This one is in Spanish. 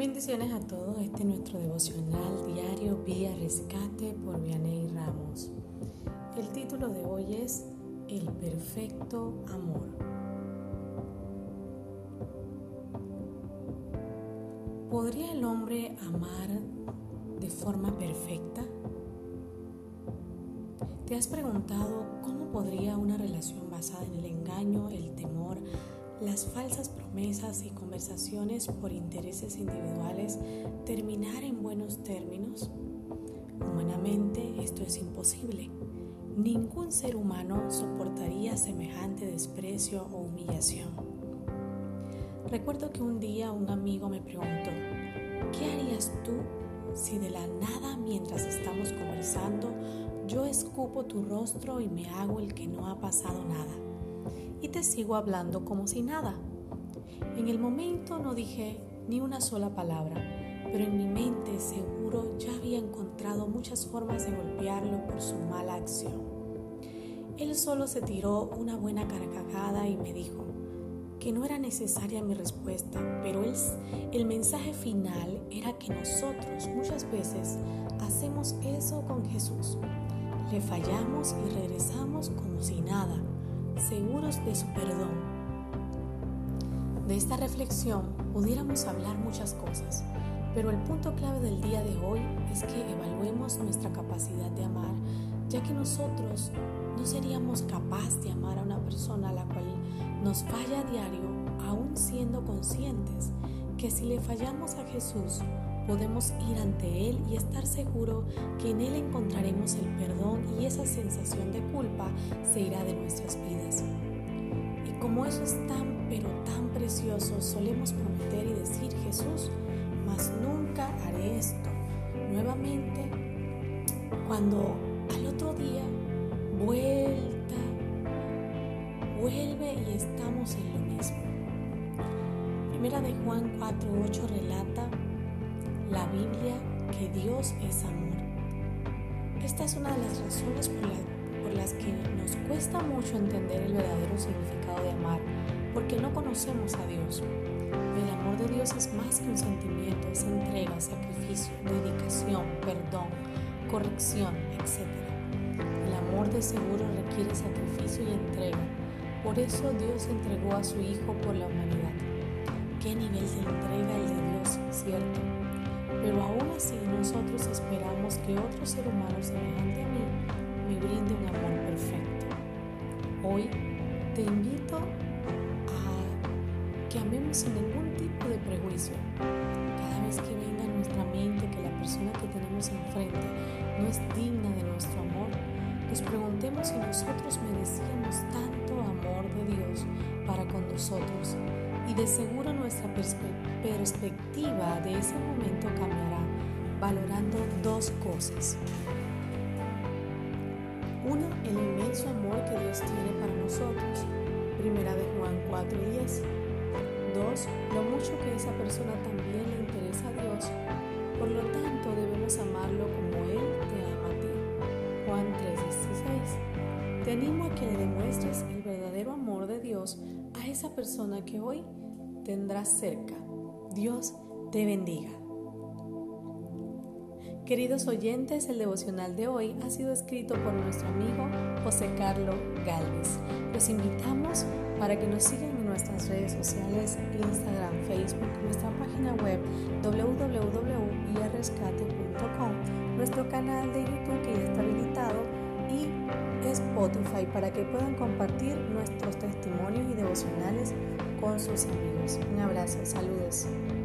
Bendiciones a todos, este es nuestro devocional diario Vía Rescate por Vianey Ramos. El título de hoy es El perfecto amor. ¿Podría el hombre amar de forma perfecta? ¿Te has preguntado cómo podría una relación basada en el engaño, el temor, las falsas promesas y conversaciones por intereses individuales terminar en buenos términos? Humanamente esto es imposible. Ningún ser humano soportaría semejante desprecio o humillación. Recuerdo que un día un amigo me preguntó: ¿qué harías tú si de la nada, mientras estamos conversando, yo escupo tu rostro y me hago el que no ha pasado nada y te sigo hablando como si nada? En el momento no dije ni una sola palabra, pero en mi mente seguro ya había encontrado muchas formas de golpearlo por su mala acción. Él solo se tiró una buena carcajada y me dijo que no era necesaria mi respuesta, pero el mensaje final era que nosotros muchas veces hacemos eso con Jesús. Le fallamos y regresamos como si nada, seguros de su perdón. De esta reflexión pudiéramos hablar muchas cosas, pero el punto clave del día de hoy es que evaluemos nuestra capacidad de amar, ya que nosotros no seríamos capaces de amar a una persona a la cual nos falla a diario, aún siendo conscientes que si le fallamos a Jesús, podemos ir ante Él y estar seguro que en Él encontraremos el perdón y esa sensación de culpa se irá de nuestras vidas. Y como eso es tan, pero tan precioso, solemos prometer y decir: Jesús, mas nunca haré esto nuevamente, cuando al otro día vuelve y estamos en lo mismo. Primera de Juan 4:8 relata la Biblia que Dios es amor. Esta es una de las razones por las que nos cuesta mucho entender el verdadero significado de amar, porque no conocemos a Dios. El amor de Dios es más que un sentimiento, es entrega, sacrificio, dedicación, perdón, corrección, etc. El amor de seguro requiere sacrificio y entrega. Por eso Dios entregó a su Hijo por la humanidad. ¿Qué nivel de entrega el de Dios, cierto? Pero aún así nosotros esperamos que otro ser humano semejante a mí me brinde un amor perfecto. Hoy te invito a que amemos sin ningún tipo de prejuicio. Cada vez que venga a nuestra mente que la persona que tenemos enfrente no es digna de nuestro amor, nos preguntemos si nosotros merecíamos tanto amor de Dios para con nosotros. Y de seguro nuestra perspectiva de ese momento cambiará, valorando dos cosas. Uno, el inmenso amor que Dios tiene para nosotros. Primera de Juan 4:10. Dos, lo mucho que esa persona también le interesa a Dios. Por lo tanto, debemos amarlo como Él te ama a ti. Juan 3:16. Te animo a que le demuestres el verdadero amor de Dios a esa persona que hoy tendrás cerca. Dios te bendiga. Queridos oyentes, el devocional de hoy ha sido escrito por nuestro amigo José Carlos Gálvez. Los invitamos para que nos sigan en nuestras redes sociales, Instagram, Facebook, nuestra página web www.viarescate.com, nuestro canal de YouTube que ya está habilitado y Spotify para que puedan compartir nuestros testimonios y devocionales con sus amigos. Un abrazo, saludos.